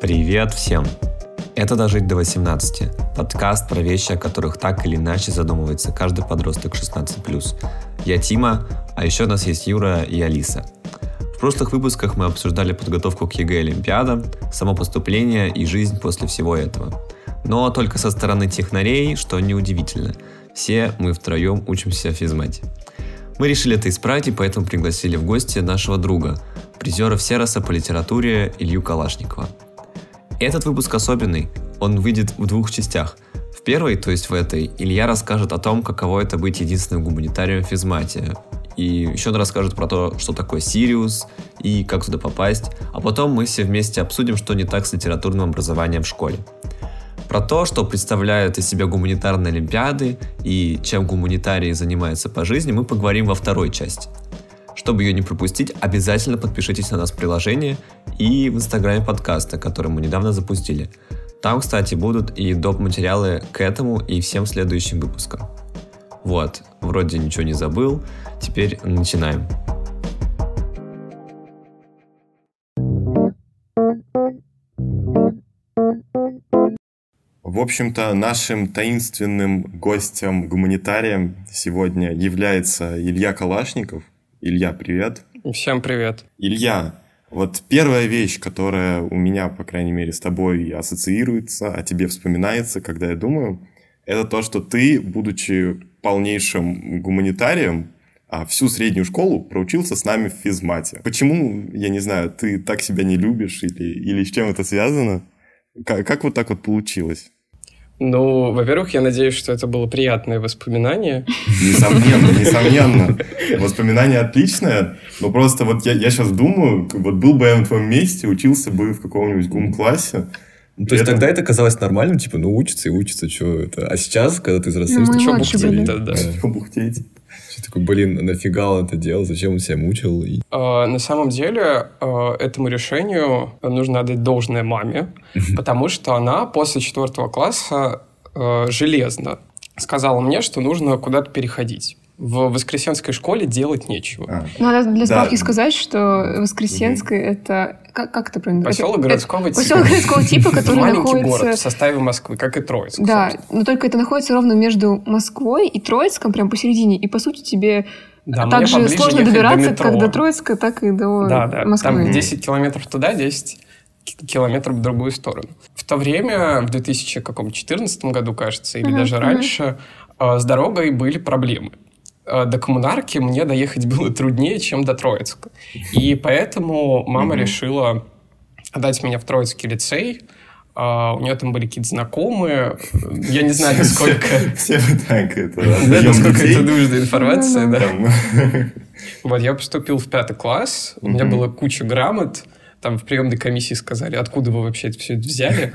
Привет всем! Это «Дожить до 18» – подкаст про вещи, о которых так или иначе задумывается каждый подросток 16+. Я Тима, а еще у нас есть Юра и Алиса. В прошлых выпусках мы обсуждали подготовку к ЕГЭ и Олимпиадам, само поступление и жизнь после всего этого. Но только со стороны технарей, что неудивительно. Все мы втроем учимся в физмате. Мы решили это исправить и поэтому пригласили в гости нашего друга, призера Всероса по литературе Илью Калашникова. Этот выпуск особенный, он выйдет в двух частях. В первой, то есть в этой, Илья расскажет о том, каково это быть единственным гуманитарием в физмате. И еще он расскажет про то, что такое Сириус и как туда попасть. А потом мы все вместе обсудим, что не так с литературным образованием в школе. Про то, что представляют из себя гуманитарные олимпиады и чем гуманитарии занимаются по жизни, мы поговорим во второй части. Чтобы ее не пропустить, обязательно подпишитесь на нас в приложении и в инстаграме подкаста, который мы недавно запустили. Там, кстати, будут и доп. Материалы к этому и всем следующим выпускам. Вот, вроде ничего не забыл, теперь начинаем. В общем-то, нашим таинственным гостем-гуманитарием сегодня является Илья Калашников. Илья, привет. Всем привет. Илья, вот первая вещь, которая у меня, по крайней мере, с тобой ассоциируется, о тебе вспоминается, когда я думаю, это то, что ты, будучи полнейшим гуманитарием, всю среднюю школу проучился с нами в физмате. Почему, я не знаю, ты так себя не любишь или с чем это связано? Как вот так вот получилось? Ну, во-первых, я надеюсь, что это было приятное воспоминание. Несомненно. Воспоминание отличное, но просто вот я сейчас думаю, вот был бы я на твоем месте, учился бы в каком-нибудь гум-классе. То есть тогда это казалось нормальным, типа, учится и учится, что это. А сейчас, когда ты взрослеешь, ты что бухтеть? Что бухтеть? Такой, нафига он это делал, зачем он себя мучил? На самом деле, этому решению нужно отдать должное маме, потому что она после 4 класса железно сказала мне, что нужно куда-то переходить. В Воскресенской школе делать нечего. Надо для справки сказать, что Воскресенская это... Как это правильно? Поселок городского типа. Поселок городского типа, который находится... Маленький город в составе Москвы, как и Троицк. Да, но только это находится ровно между Москвой и Троицком, прям посередине. И, по сути, тебе так же сложно добираться как до Троицка, так и до Москвы. Там 10 километров туда, 10 километров в другую сторону. В то время, в 2014 году, кажется, или даже раньше, с дорогой были проблемы. До Коммунарки мне доехать было труднее, чем до Троицка. И поэтому мама решила отдать меня в Троицкий лицей. У нее там были какие-то знакомые. Я не знаю, насколько... Все так это... Насколько это нужная информация, да. Вот, я поступил в 5 класс. У меня была куча грамот. Там в приемной комиссии сказали, откуда вы вообще все это взяли.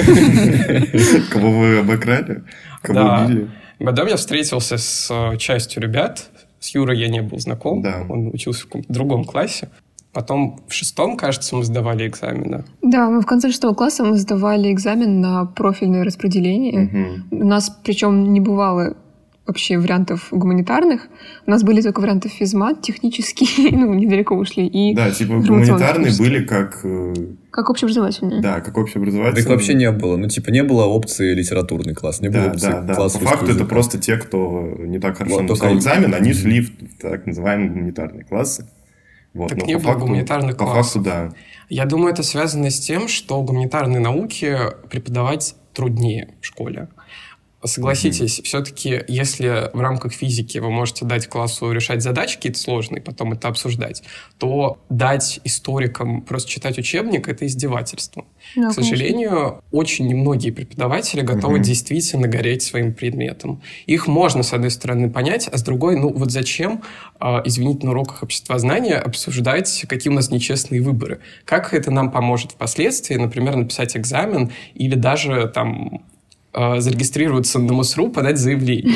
Кого вы обокрали? Кого убили? Потом я встретился с частью ребят. С Юрой я не был знаком. Да. Он учился в каком-то другом классе. Потом в 6, кажется, мы сдавали экзамены. Да, мы в конце 6 класса мы сдавали экзамен на профильное распределение. У нас, причем, не бывало вообще вариантов гуманитарных. У нас были только варианты физмат, технические, недалеко ушли. И да, типа гуманитарные были как... Как общеобразовательные. Да, как общеобразовательные. Так вообще не было. Не было опции литературный класс, не было опции класс русского языка. По факту это просто те, кто не так хорошо написал экзамен, они шли в так называемые гуманитарные классы. Вот. Так не было гуманитарных классов. По факту, да. Я думаю, это связано с тем, что гуманитарные науки преподавать труднее в школе. Согласитесь, все-таки, если в рамках физики вы можете дать классу решать задачи какие-то сложные, потом это обсуждать, то дать историкам просто читать учебник – это издевательство. Да, к сожалению, очень немногие преподаватели готовы действительно гореть своим предметом. Их можно, с одной стороны, понять, а с другой, зачем, извините, на уроках обществознания обсуждать, какие у нас нечестные выборы? Как это нам поможет впоследствии, например, написать экзамен или даже там... зарегистрироваться на МОСРУ, подать заявление.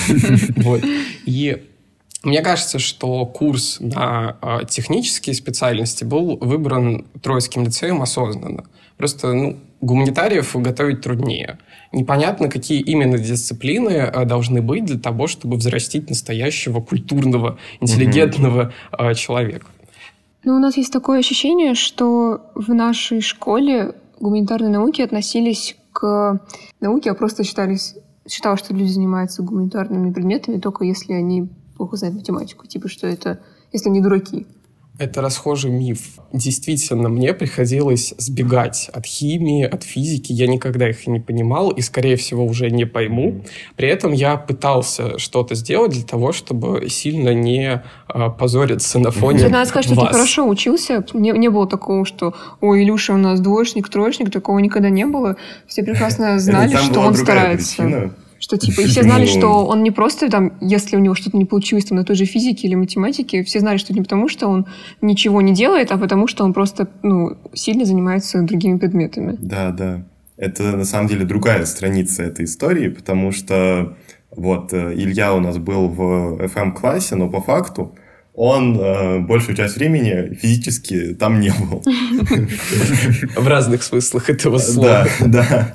И мне кажется, что курс на технические специальности был выбран Троицким лицеем осознанно. Просто гуманитариев готовить труднее. Непонятно, какие именно дисциплины должны быть для того, чтобы взрастить настоящего культурного, интеллигентного человека. У нас есть такое ощущение, что в нашей школе гуманитарные науки относились к науке, а просто считала, что люди занимаются гуманитарными предметами только если они плохо знают математику. Типа, что это, если они дураки. Это расхожий миф. Действительно, мне приходилось сбегать от химии, от физики. Я никогда их не понимал и, скорее всего, уже не пойму. При этом я пытался что-то сделать для того, чтобы сильно не позориться на фоне вас. Надо сказать, что ты хорошо учился. Не было такого, что «Ой, Илюша у нас двоечник, троечник». Такого никогда не было. Все прекрасно знали, что он старается. Причина. Что типа, и все знали, что он не просто там, если у него что-то не получилось там, на той же физике или математике, все знали, что не потому, что он ничего не делает, а потому, что он просто сильно занимается другими предметами. Да. Это на самом деле другая страница этой истории, потому что вот Илья у нас был в FM-классе, но по факту он большую часть времени физически там не был. В разных смыслах этого слова. Да.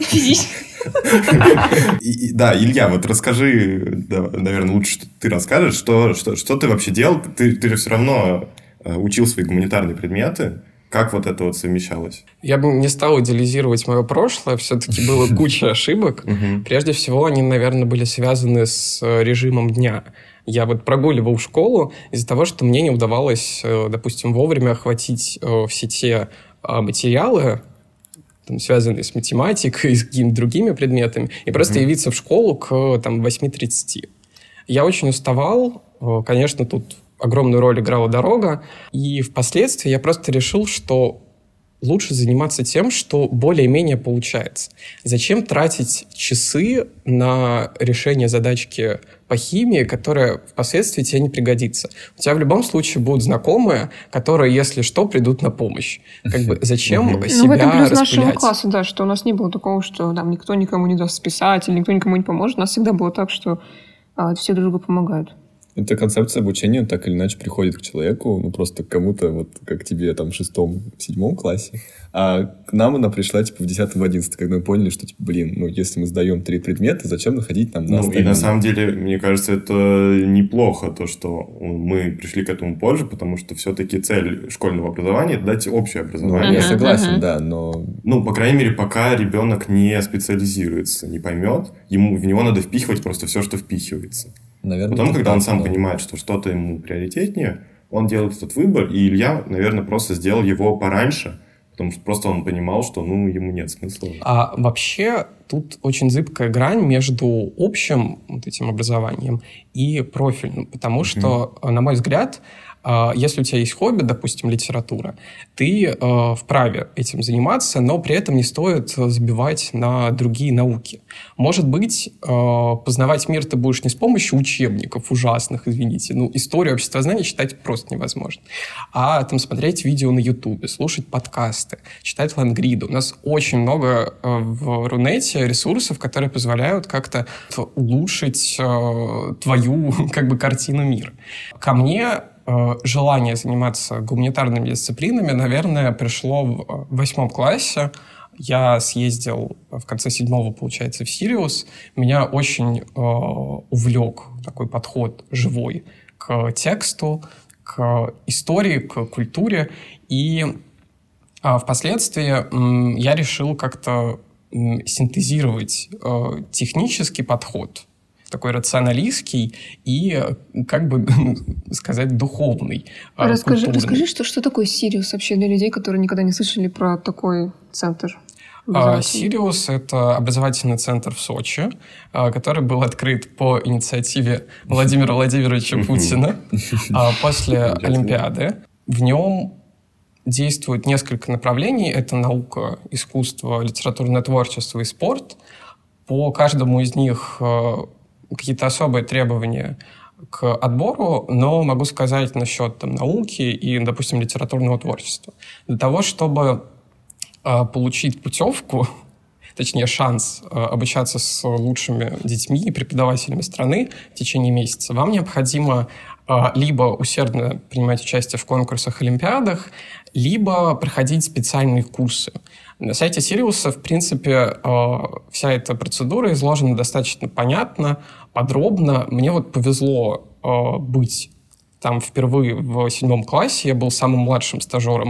Да, Илья, вот расскажи, наверное, лучше что ты расскажешь, что ты вообще делал? Ты же все равно учил свои гуманитарные предметы. Как вот это вот совмещалось? Я бы не стал идеализировать мое прошлое. Все-таки было куча ошибок. Прежде всего, они, наверное, были связаны с режимом дня. Я вот прогуливал школу из-за того, что мне не удавалось, допустим, вовремя охватить все те материалы, связанные с математикой и с какими-то другими предметами, и просто явиться в школу к 8:30. Я очень уставал. Конечно, тут огромную роль играла дорога. И впоследствии я просто решил, что лучше заниматься тем, что более-менее получается. Зачем тратить часы на решение задачки по химии, которая впоследствии тебе не пригодится? У тебя в любом случае будут знакомые, которые, если что, придут на помощь. Зачем себя распылять? В этом плюс нашего класса, да, что у нас не было такого, что там никто никому не даст списать или никто никому не поможет. У нас всегда было так, что все друг другу помогают. Эта концепция обучения так или иначе приходит к человеку, просто к кому-то, вот как тебе там в 6-7 классе. А к нам она пришла в 10-11, когда мы поняли, что если мы сдаем 3 предмета, зачем находить нам на остальные? И на самом деле, мне кажется, это неплохо, то, что мы пришли к этому позже, потому что все-таки цель школьного образования – это дать общее образование. Я согласен, да, но... по крайней мере, пока ребенок не специализируется, не поймет, в него надо впихивать просто все, что впихивается. Наверное, потом, когда он сам понимает, что что-то ему приоритетнее, он делает этот выбор, и Илья, наверное, просто сделал его пораньше, потому что просто он понимал, что ему нет смысла. А вообще тут очень зыбкая грань между общим этим образованием и профильным, потому что, на мой взгляд, если у тебя есть хобби, допустим, литература, ты вправе этим заниматься, но при этом не стоит забивать на другие науки. Может быть, познавать мир ты будешь не с помощью учебников ужасных, извините, историю обществознания читать просто невозможно, а смотреть видео на Ютубе, слушать подкасты, читать лангриду. У нас очень много в Рунете ресурсов, которые позволяют как-то улучшить твою картину мира. Ко мне желание заниматься гуманитарными дисциплинами, наверное, пришло в 8 классе. Я съездил в конце 7-го, получается, в Сириус. Меня очень увлек такой подход живой к тексту, к истории, к культуре. И впоследствии я решил как-то синтезировать технический подход, такой рационалистский и, сказать, духовный. Расскажи, что такое Сириус вообще для людей, которые никогда не слышали про такой центр? Сириус — это образовательный центр в Сочи, который был открыт по инициативе Владимира Владимировича Путина после Олимпиады. В нем действует несколько направлений. Это наука, искусство, литературное творчество и спорт. По каждому из них какие-то особые требования к отбору, но могу сказать насчет науки и, допустим, литературного творчества. Для того, чтобы получить путевку, точнее шанс обучаться с лучшими детьми и преподавателями страны в течение месяца, вам необходимо либо усердно принимать участие в конкурсах, олимпиадах, либо проходить специальные курсы. На сайте Сириуса, в принципе, вся эта процедура изложена достаточно понятно, подробно. Мне повезло быть там впервые в 7 классе. Я был самым младшим стажером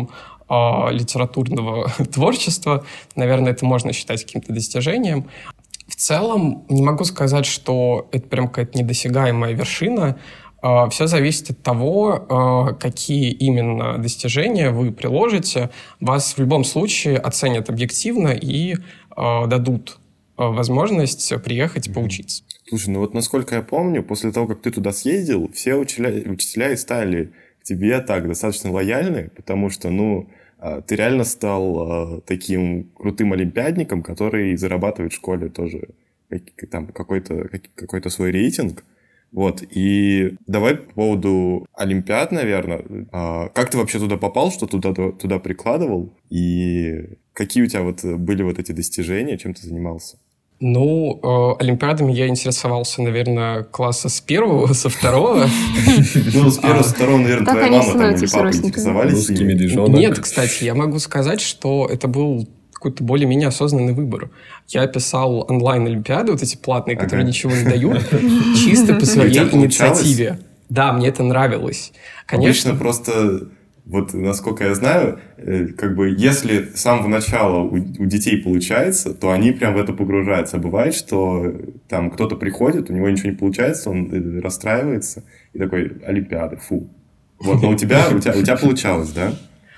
литературного творчества. Наверное, это можно считать каким-то достижением. В целом, не могу сказать, что это прям какая-то недосягаемая вершина. Все зависит от того, какие именно достижения вы приложите. Вас в любом случае оценят объективно и дадут возможность приехать поучиться. Слушай, ну вот насколько я помню, после того, как ты туда съездил, все учителя и стали к тебе так достаточно лояльны, потому что, ты реально стал таким крутым олимпиадником, который зарабатывает в школе тоже там какой-то свой рейтинг. Вот, и давай по поводу олимпиад, наверное. Как ты вообще туда попал, что туда прикладывал? И какие у тебя были эти достижения, чем ты занимался? Олимпиадами я интересовался, наверное, класса с первого, со второго. С первого, со второго, наверное, твоя мама там или папа интересовались. Нет, кстати, я могу сказать, что это был какой-то более-менее осознанный выбор. Я писал онлайн-олимпиады, эти платные, которые ничего не дают, чисто по своей инициативе. Да, мне это нравилось. Конечно. Обычно просто... насколько я знаю, если с самого начала у детей получается, то они прям в это погружаются. А бывает, что там кто-то приходит, у него ничего не получается, он расстраивается и такой: олимпиады, фу. Но у тебя получалось, да?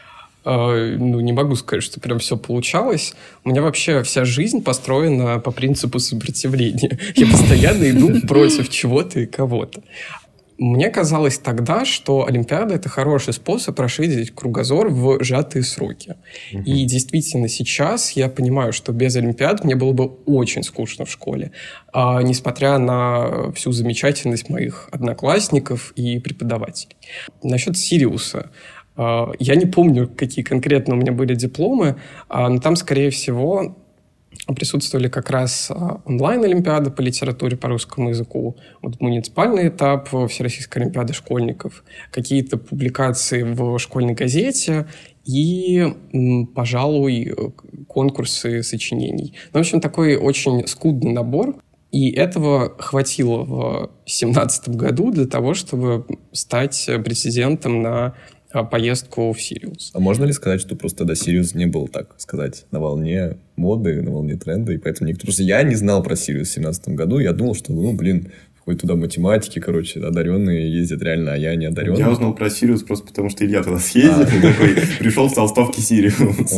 Не могу сказать, что прям все получалось. У меня вообще вся жизнь построена по принципу сопротивления. Я постоянно иду против чего-то и кого-то. Мне казалось тогда, что Олимпиада – это хороший способ расширить кругозор в сжатые сроки. И действительно сейчас я понимаю, что без Олимпиад мне было бы очень скучно в школе. Несмотря на всю замечательность моих одноклассников и преподавателей. Насчет Сириуса. Я не помню, какие конкретно у меня были дипломы, но там, скорее всего, присутствовали как раз онлайн-олимпиады по литературе, по русскому языку, муниципальный этап Всероссийской олимпиады школьников, какие-то публикации в школьной газете и, пожалуй, конкурсы сочинений. В общем, такой очень скудный набор. И этого хватило в 2017 году для того, чтобы стать претендентом на поездку в Сириус. А можно ли сказать, что просто тогда Сириус не был, так сказать, на волне моды, на волне тренда, и поэтому никто... Просто я не знал про Сириус в 2017 году, я думал, что, какой туда математики, одаренные ездят реально, а я не одаренный. Я узнал про Сириус просто потому, что Илья туда съездил, и такой пришел в толстовке Сириус.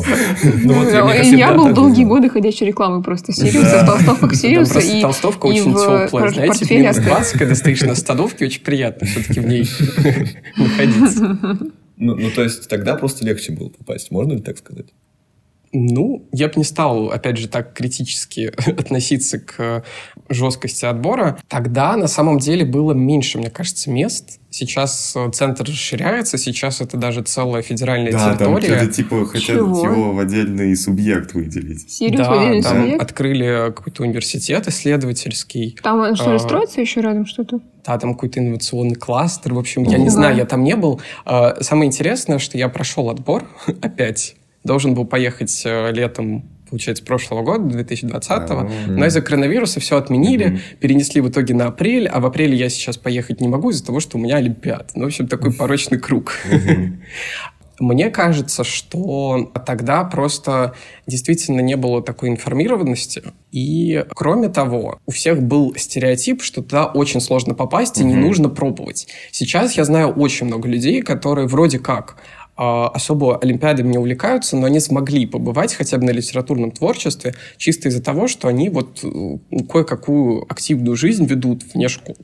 Я был долгие годы ходящей рекламой просто Сириуса, толстовок Сириуса. Просто толстовка очень теплая, знаете, минус 20, когда стоишь на остановке, очень приятно все-таки в ней находиться. То есть тогда просто легче было попасть, можно ли так сказать? Я бы не стал, опять же, так критически относиться к жесткости отбора. Тогда, на самом деле, было меньше, мне кажется, мест. Сейчас центр расширяется, сейчас это даже целая федеральная территория. Да, хотят его в отдельный субъект выделить. Сириус в отдельный субъект? Открыли какой-то университет исследовательский. Там что, строится еще рядом что-то? Да, там какой-то инновационный кластер. В общем, я не знаю, я там не был. Самое интересное, что я прошел отбор опять. Должен был поехать летом, получается, прошлого года, 2020-го. Но из-за коронавируса все отменили, перенесли в итоге на апрель, а в апреле я сейчас поехать не могу из-за того, что у меня Олимпиада. В общем, такой порочный круг. Мне кажется, что тогда просто действительно не было такой информированности. И, кроме того, у всех был стереотип, что туда очень сложно попасть и не нужно пробовать. Сейчас я знаю очень много людей, которые вроде как особо олимпиадами не увлекаются, но они смогли побывать хотя бы на литературном творчестве чисто из-за того, что они кое-какую активную жизнь ведут вне школы.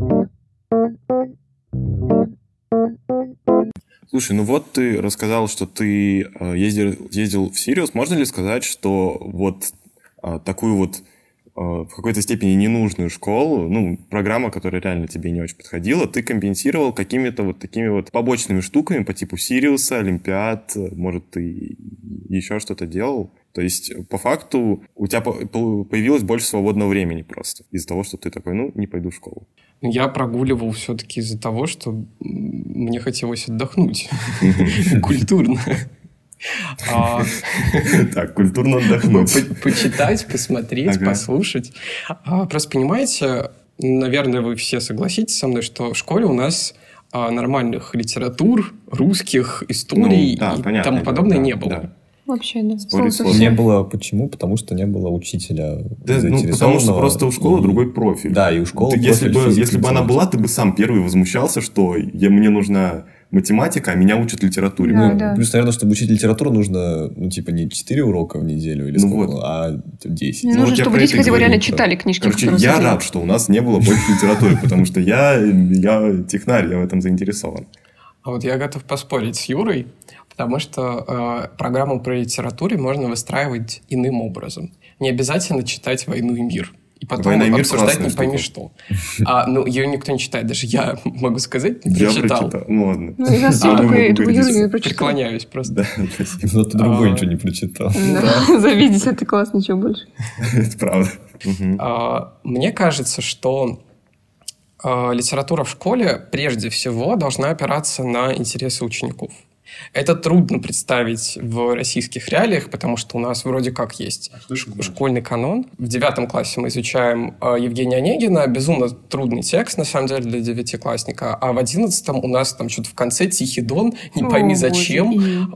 Слушай, ты рассказал, что ты ездил в Сириус. Можно ли сказать, что такую в какой-то степени ненужную школу, программа, которая реально тебе не очень подходила, ты компенсировал какими-то такими побочными штуками по типу Сириуса, Олимпиад, может, ты еще что-то делал? То есть, по факту, у тебя появилось больше свободного времени просто из-за того, что ты такой, не пойду в школу. Я прогуливал все-таки из-за того, что мне хотелось отдохнуть культурно. Так, культурно отдохнуть. Почитать, посмотреть, послушать. Просто понимаете, наверное, вы все согласитесь со мной, что в школе у нас нормальных литератур, русских, историй и тому подобное не было. Да. Вообще, да. Не было почему? Потому что не было учителя заинтересованного. Потому что просто у школы другой профиль. Да, и у школы если бы она была, ты бы сам первый возмущался, что мне нужна математика, а меня учат литературе. Да. Плюс, наверное, чтобы учить литературу, нужно, не 4 урока в неделю или сколько, а 10. Нужно, чтобы дети хотя бы реально читали книжки. Короче, я рад, что у нас не было больше литературы, потому что я технарь, я в этом заинтересован. А вот я готов поспорить с Юрой, потому что программу про литературу можно выстраивать иным образом. Не обязательно читать «Войну и мир». И потом обсуждать не пойми что. Ее никто не читает. Даже я могу сказать, не прочитал. Я прочитал. Ну ладно. Я преклоняюсь просто. Да, спасибо. Но ты другой ничего не прочитал. Завидеть, это классно, ничего больше. Это правда. Мне кажется, что литература в школе прежде всего должна опираться на интересы учеников. Это трудно представить в российских реалиях, потому что у нас вроде как есть школьный канон. В 9 классе мы изучаем Евгения Онегина. Безумно трудный текст, на самом деле, для 9-классника. А в 11 у нас там что-то в конце «Тихий дон», не пойми зачем.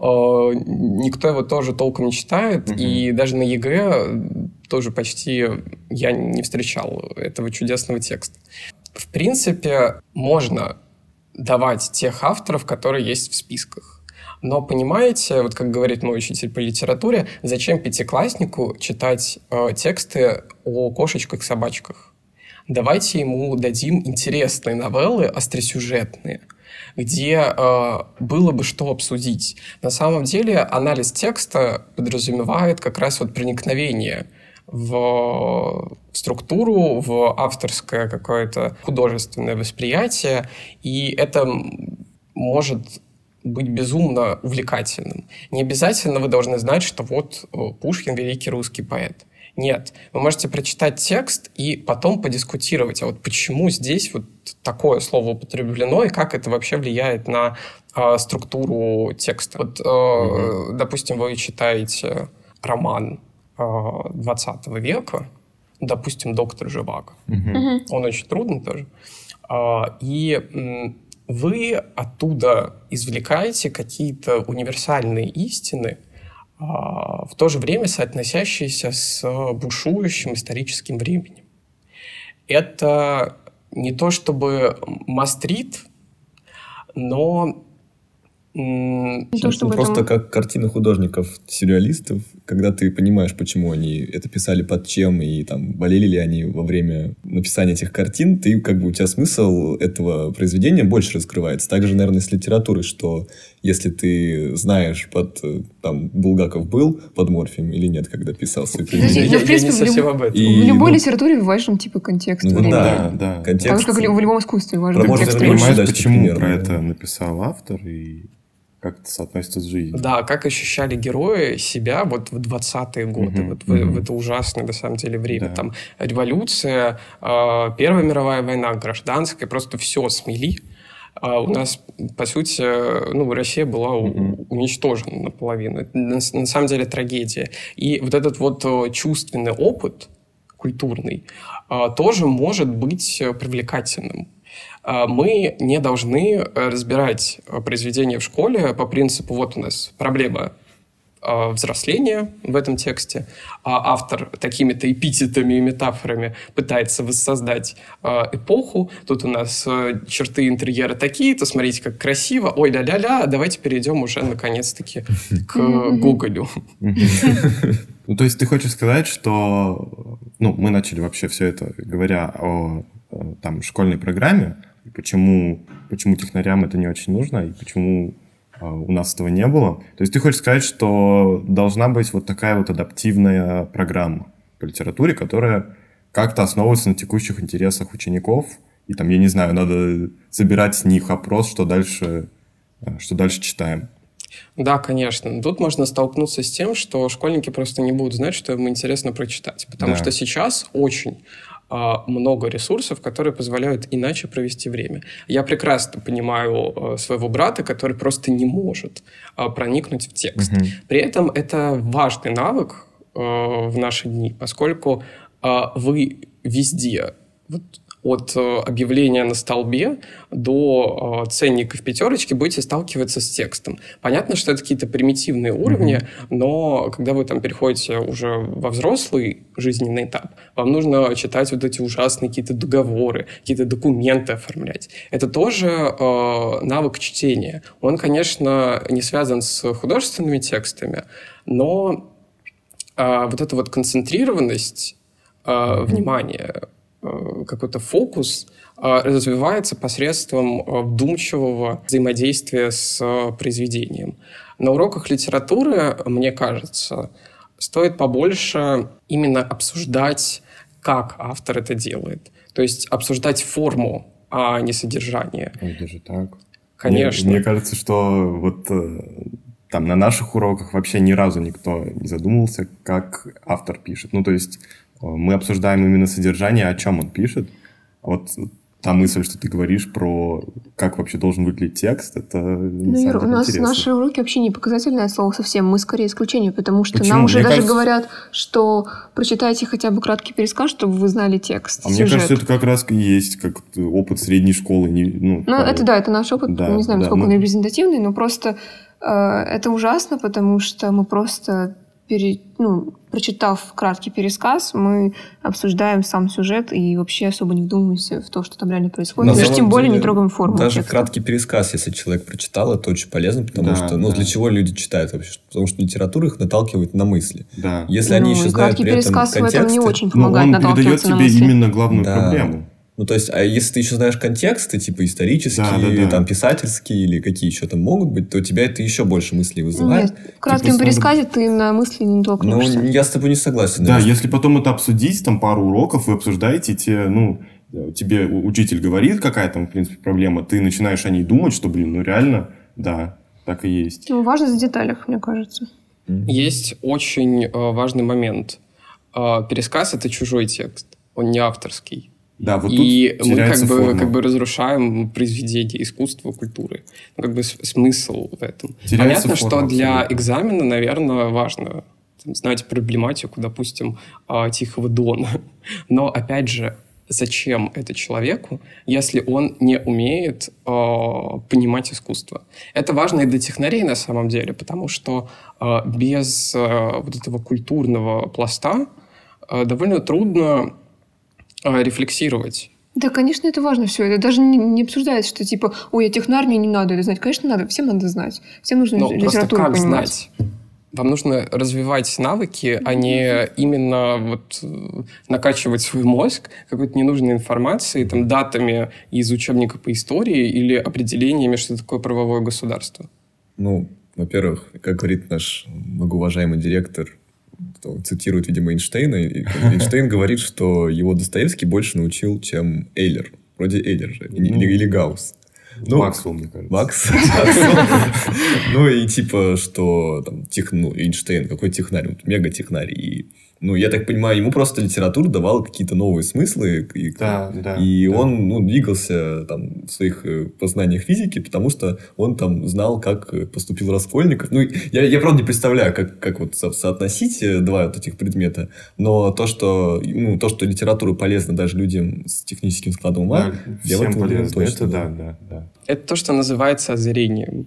Никто его тоже толком не читает. И даже на ЕГЭ тоже почти я не встречал этого чудесного текста. В принципе, можно давать тех авторов, которые есть в списках. Но понимаете, вот как говорит мой учитель по литературе, зачем 5-класснику читать тексты о кошечках и собачках? Давайте ему дадим интересные новеллы, остросюжетные, где было бы что обсудить. На самом деле анализ текста подразумевает как раз вот проникновение в структуру, в авторское какое-то художественное восприятие, и это может быть безумно увлекательным. Не обязательно вы должны знать, что вот Пушкин — великий русский поэт. Нет. Вы можете прочитать текст и потом подискутировать, а вот почему здесь вот такое слово употреблено и как это вообще влияет на структуру текста. Вот, допустим, вы читаете роман 20 века, допустим, «Доктор Живаго». Он очень трудный тоже. И вы оттуда извлекаете какие-то универсальные истины, в то же время соотносящиеся с бушующим историческим временем. Это не то чтобы мастрит, но просто как картины художников-сюрреалистов, когда ты понимаешь, почему они это писали, под чем, и там болели ли они во время написания этих картин, ты у тебя смысл этого произведения больше раскрывается. Также, наверное, с литературой, что если ты знаешь, Булгаков был под морфием или нет, когда писал свои произведения. Я не совсем об этом. В любой литературе важен контекст. Да. Так же, как и в любом искусстве важен контекст. Ты понимаешь, почему про это написал автор и как это соотносится с жизнью. Да, как ощущали герои себя вот в 20-е годы, в это ужасное, на самом деле, время. Да. Там революция, Первая мировая война, гражданская, просто все смели. У нас, по сути, Россия была уничтожена наполовину. Это, на самом деле, трагедия. И вот этот вот чувственный опыт, культурный, тоже может быть привлекательным. Мы не должны разбирать произведения в школе по принципу, вот у нас проблема взросления в этом тексте, автор такими-то эпитетами и метафорами пытается воссоздать эпоху, тут у нас черты интерьера такие-то, смотрите, как красиво, ой, ля-ля-ля, давайте перейдем уже, наконец-таки, к Гоголю. То есть ты хочешь сказать, что мы начали вообще все это, говоря о школьной программе, и почему технарям это не очень нужно, и почему у нас этого не было. То есть ты хочешь сказать, что должна быть вот такая вот адаптивная программа по литературе, которая как-то основывается на текущих интересах учеников, и я не знаю, надо собирать с них опрос, что дальше читаем. Да, конечно. Тут можно столкнуться с тем, что школьники просто не будут знать, что им интересно прочитать. Потому что сейчас очень много ресурсов, которые позволяют иначе провести время. Я прекрасно понимаю своего брата, который просто не может проникнуть в текст. При этом это важный навык в наши дни, поскольку вы везде от объявления на столбе до ценника в пятерочке будете сталкиваться с текстом. Понятно, что это какие-то примитивные уровни, но когда вы там переходите уже во взрослый жизненный этап, вам нужно читать вот эти ужасные какие-то договоры, какие-то документы оформлять. Это тоже навык чтения. Он, конечно, не связан с художественными текстами, но вот эта вот концентрированность внимания, какой-то фокус развивается посредством вдумчивого взаимодействия с произведением. На уроках литературы, мне кажется, стоит побольше именно обсуждать, как автор это делает. То есть обсуждать форму, а не содержание. Это же так. Конечно. Мне кажется, что вот там на наших уроках вообще ни разу никто не задумывался, как автор пишет. Ну, то есть мы обсуждаем именно содержание, о чем он пишет. А вот та мысль, что ты говоришь про как вообще должен выглядеть текст, это Юр, у нас интересно. наши уроки вообще не показательное слово совсем. Мы скорее исключение, потому что Почему? нам уже Мне даже кажется... говорят, что прочитайте хотя бы краткий пересказ, чтобы вы знали текст, Мне сюжет. кажется, это как раз и есть как опыт средней школы. Это да, это наш опыт. Да, не знаю, да, насколько он репрезентативный, но просто это ужасно, потому что мы просто прочитав краткий пересказ, мы обсуждаем сам сюжет и вообще особо не вдумываемся в то, что там реально происходит. И уж тем более не трогаем форму даже текста. краткий пересказ, если человек прочитал, это очень полезно, потому что, для чего люди читают вообще? Потому что литература их наталкивает на мысли. Да. Если они еще знают при этом контексты... Краткий пересказ в этом не очень помогает наталкиваться на мысли. Он передает тебе именно главную проблему. Ну, то есть, а если ты еще знаешь контексты, типа исторические, там, писательские или какие еще там могут быть, то у тебя это еще больше мыслей вызывает. Нет, в кратком пересказе ты на мысли не толкнешься. Ну, я с тобой не согласен. Да, если потом это обсудить, там, пару уроков, вы обсуждаете, тебе учитель говорит, какая там, в принципе, проблема, ты начинаешь о ней думать, что, реально, да, так и есть. Важность в деталях, мне кажется. Есть очень важный момент. Пересказ – это чужой текст, он не авторский. Да, вот и тут мы форма. разрушаем произведение искусства, культуры. Смысл в этом. Теряется Понятно, форма, что для абсолютно. экзамена, наверное, важно знать проблематику, допустим, Тихого Дона. Но, опять же, зачем это человеку, если он не умеет понимать искусство? Это важно и для технарей, на самом деле, потому что без вот этого культурного пласта довольно трудно рефлексировать. Да, конечно, это важно все. Это даже не обсуждается, что типа, ой, я технарь, мне не надо это знать. Конечно, надо. Всем надо знать. Всем нужно литературу как понимать. Знать? Вам нужно развивать навыки, а не именно накачивать свой мозг какой-то ненужной информацией, там, датами из учебника по истории или определениями, что такое правовое государство. Ну, во-первых, как говорит наш многоуважаемый директор, цитирует, видимо, Эйнштейна. И Эйнштейн говорит, что его Достоевский больше научил, чем Эйлер. Вроде Эйлер же. Или Гаусс. Максвелл, мне кажется. Максвелл. Ну, и типа, что там, Эйнштейн, какой технарь, мега-технарь. И, я так понимаю, ему просто литература давала какие-то новые смыслы. И он двигался там, в своих познаниях физики, потому что он там знал, как поступил Раскольников. Я правда не представляю, как вот соотносить два вот этих предмета. Но то, что литература полезна даже людям с техническим складом ума, я в этом уверен точно. Да. Это то, что называется озарением,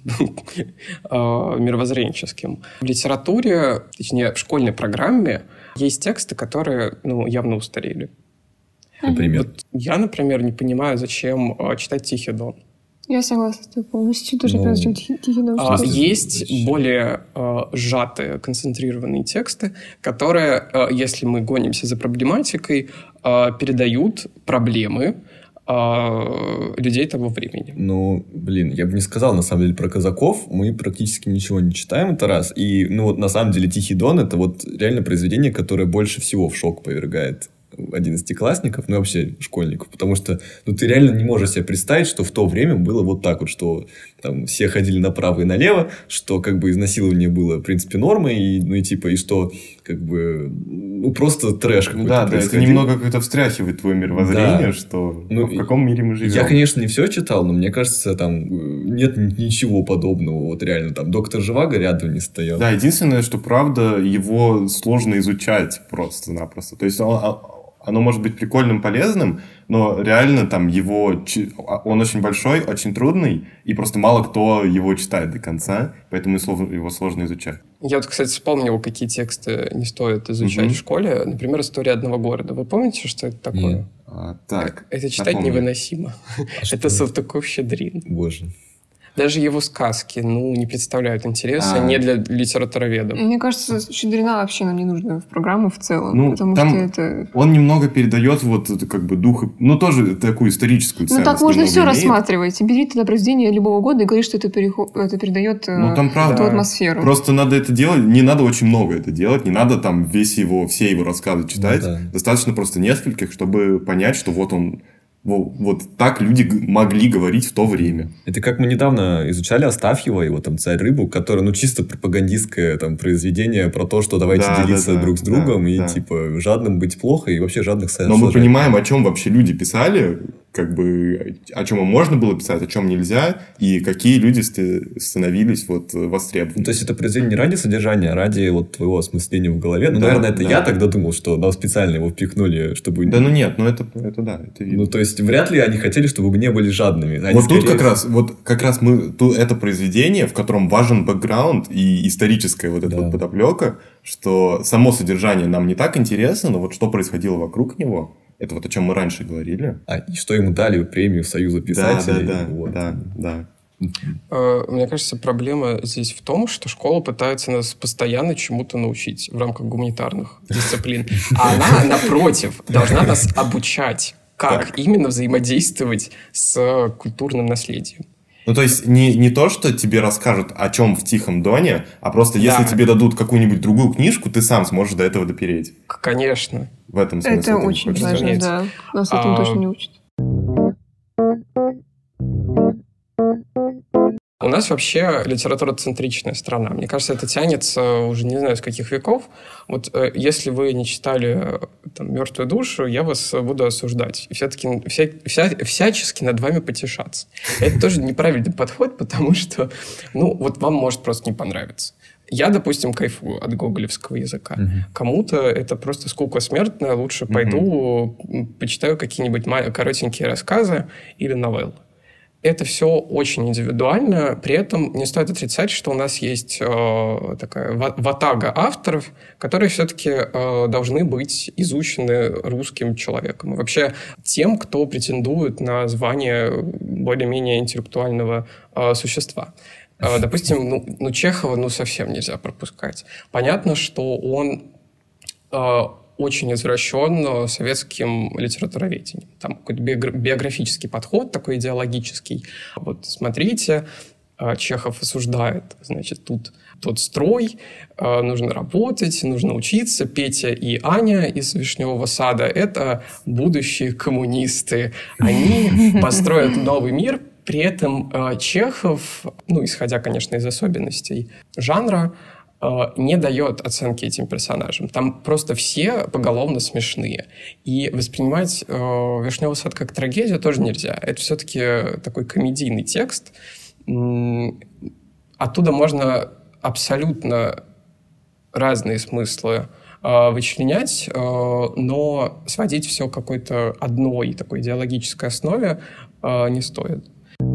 мировоззренческим. В литературе, точнее, в школьной программе есть тексты, которые явно устарели. Например? Я, например, не понимаю, зачем читать «Тихий Дон». Я согласна с тобой полностью. Тоже не зачем «Тихий Дон». Есть более сжатые, концентрированные тексты, которые, если мы гонимся за проблематикой, передают проблемы людей того времени. Я бы не сказал, на самом деле, про казаков. Мы практически ничего не читаем, это раз. И, на самом деле, «Тихий Дон» — это вот реально произведение, которое больше всего в шок повергает 11-классников, вообще школьников, потому что ты реально не можешь себе представить, что в то время было вот так вот, что там все ходили направо и налево, что как бы изнасилование было, в принципе, нормой, и что как бы просто трэш какой-то происходил. Это немного как-то встряхивает твое мировоззрение, что в каком мире мы живем. Я, конечно, не все читал, но мне кажется, там нет ничего подобного. Вот реально, там «Доктор Живаго» рядом не стоял. Да, единственное, что правда, его сложно изучать просто-напросто. То есть оно может быть прикольным, полезным, но реально там он очень большой, очень трудный, и просто мало кто его читает до конца, поэтому его сложно изучать. Я вот, кстати, вспомнил, какие тексты не стоит изучать в школе. Например, «История одного города». Вы помните, что это такое? Так. Это читать невыносимо. Это Салтыков-Щедрин. Боже. Даже его сказки, не представляют интереса не для литературоведов. Мне кажется, Щедрина вообще нам не нужна в программу в целом, потому что это... Он немного передает дух, тоже такую историческую ценность. Так можно все рассматривать. Бери тогда произведение любого года и говори, что это передает там правда, эту атмосферу. Просто надо это делать, не надо очень много это делать, не надо там все его рассказы читать. Достаточно просто нескольких, чтобы понять, что вот так люди могли говорить в то время. Это как мы недавно изучали Астафьева, его там «Царь-рыбу», которое, чисто пропагандистское там произведение про то, что давайте делиться друг с другом, и типа жадным быть плохо, и вообще жадных сажать. Но мы понимаем, о чем вообще люди писали, о чем можно было писать, о чем нельзя, и какие люди становились востребованы. То есть это произведение не ради содержания, а ради твоего осмысления в голове. Наверное, это я тогда думал, что нам специально его впихнули, чтобы... Да, нет, это видно. То есть вряд ли они хотели, чтобы мы не были жадными. Тут как раз это произведение, в котором важен бэкграунд и историческая подоплека, что само содержание нам не так интересно, но что происходило вокруг него, это о чем мы раньше говорили. И что ему дали премию Союза писателей. Да. Мне кажется, проблема здесь в том, что школа пытается нас постоянно чему-то научить в рамках гуманитарных дисциплин. А она, напротив, должна нас обучать, как именно взаимодействовать с культурным наследием. То есть не то, что тебе расскажут, о чем в «Тихом доне», а просто если тебе дадут какую-нибудь другую книжку, ты сам сможешь до этого допереть. Конечно. В этом смысле. Это очень важно, да. Нас этому точно не учат. У нас вообще литературоцентричная страна. Мне кажется, это тянется уже не знаю с каких веков. Если вы не читали «Мертвую душу», я вас буду осуждать. И все-таки всячески над вами потешаться. Это тоже неправильный подход, потому что вам может просто не понравиться. Я, допустим, кайфую от гоголевского языка. Кому-то это просто скука смертная. Лучше пойду почитаю какие-нибудь коротенькие рассказы или новеллы. Это все очень индивидуально. При этом не стоит отрицать, что у нас есть такая ватага авторов, которые все-таки должны быть изучены русским человеком. И вообще тем, кто претендует на звание более-менее интеллектуального существа. Допустим, Чехова совсем нельзя пропускать. Понятно, что он... очень извращен советским литературоведением. Там какой-то биографический подход, такой идеологический. Смотрите, Чехов осуждает, тут тот строй, нужно работать, нужно учиться. Петя и Аня из «Вишневого сада» — это будущие коммунисты. Они построят новый мир. При этом Чехов, исходя, конечно, из особенностей жанра, не дает оценки этим персонажам. Там просто все поголовно смешные. И воспринимать «Вишневый сад» как трагедию тоже нельзя. Это все-таки такой комедийный текст. Оттуда можно абсолютно разные смыслы вычленять, но сводить все к какой-то одной такой идеологической основе не стоит.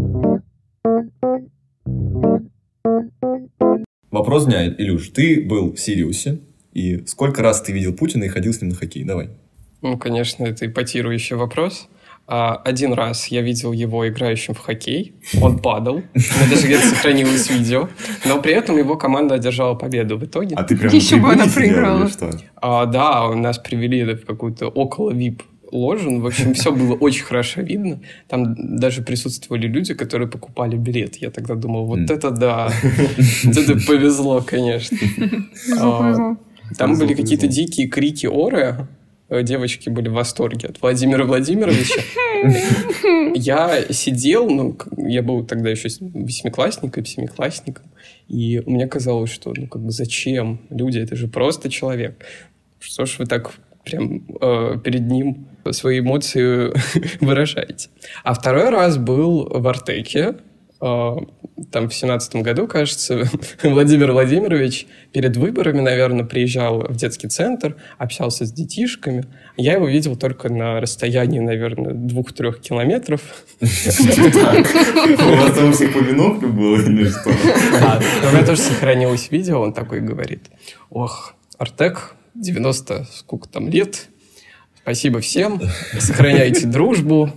Вопрос дня, Илюш. Ты был в Сириусе, и сколько раз ты видел Путина и ходил с ним на хоккей? Давай. Конечно, это эпатирующий вопрос. Один раз я видел его играющим в хоккей. Он падал. У меня даже где-то сохранилось видео. Но при этом его команда одержала победу в итоге. А ты прям еще бы она проиграла. Да, нас привели в какую-то около VIP ложу. В общем, все было очень хорошо видно. Там даже присутствовали люди, которые покупали билет. Я тогда думал, это да. Это повезло, конечно. Там были какие-то дикие крики оры. Девочки были в восторге от Владимира Владимировича. Я сидел, я был тогда еще восьмиклассником, семиклассником, и мне казалось, что, зачем? Люди, это же просто человек. Что ж вы так прям перед ним свои эмоции выражаете? А второй раз был в Артеке. там в 17 году, кажется, Владимир Владимирович перед выборами, наверное, приезжал в детский центр, общался с детишками. Я его видел только на расстоянии, наверное, 2-3 километров. У вас там упоминовка была или что? У меня тоже сохранилось видео, он такой говорит: ох, Артек, 90 сколько там лет, спасибо всем, сохраняйте дружбу,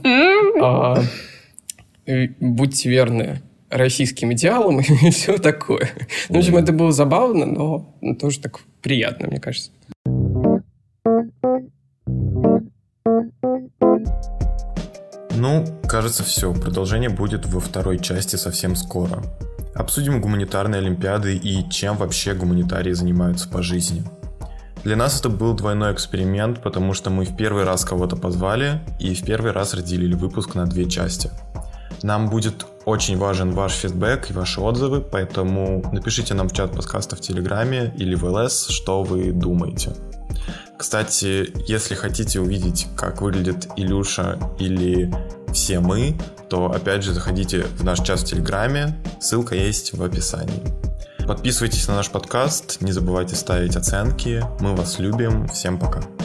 будьте верны российским идеалам и все такое. Ну, в общем, это было забавно, но тоже так приятно, мне кажется. Ну, кажется, все. Продолжение будет во второй части совсем скоро. Обсудим гуманитарные олимпиады и чем вообще гуманитарии занимаются по жизни. Для нас это был двойной эксперимент, потому что мы в первый раз кого-то позвали и в первый раз разделили выпуск на 2 части. Нам будет очень важен ваш фидбэк и ваши отзывы, поэтому напишите нам в чат подкаста в Телеграме или в ЛС, что вы думаете. Кстати, если хотите увидеть, как выглядит Илюша или все мы, то опять же заходите в наш чат в Телеграме, ссылка есть в описании. Подписывайтесь на наш подкаст, не забывайте ставить оценки, мы вас любим, всем пока.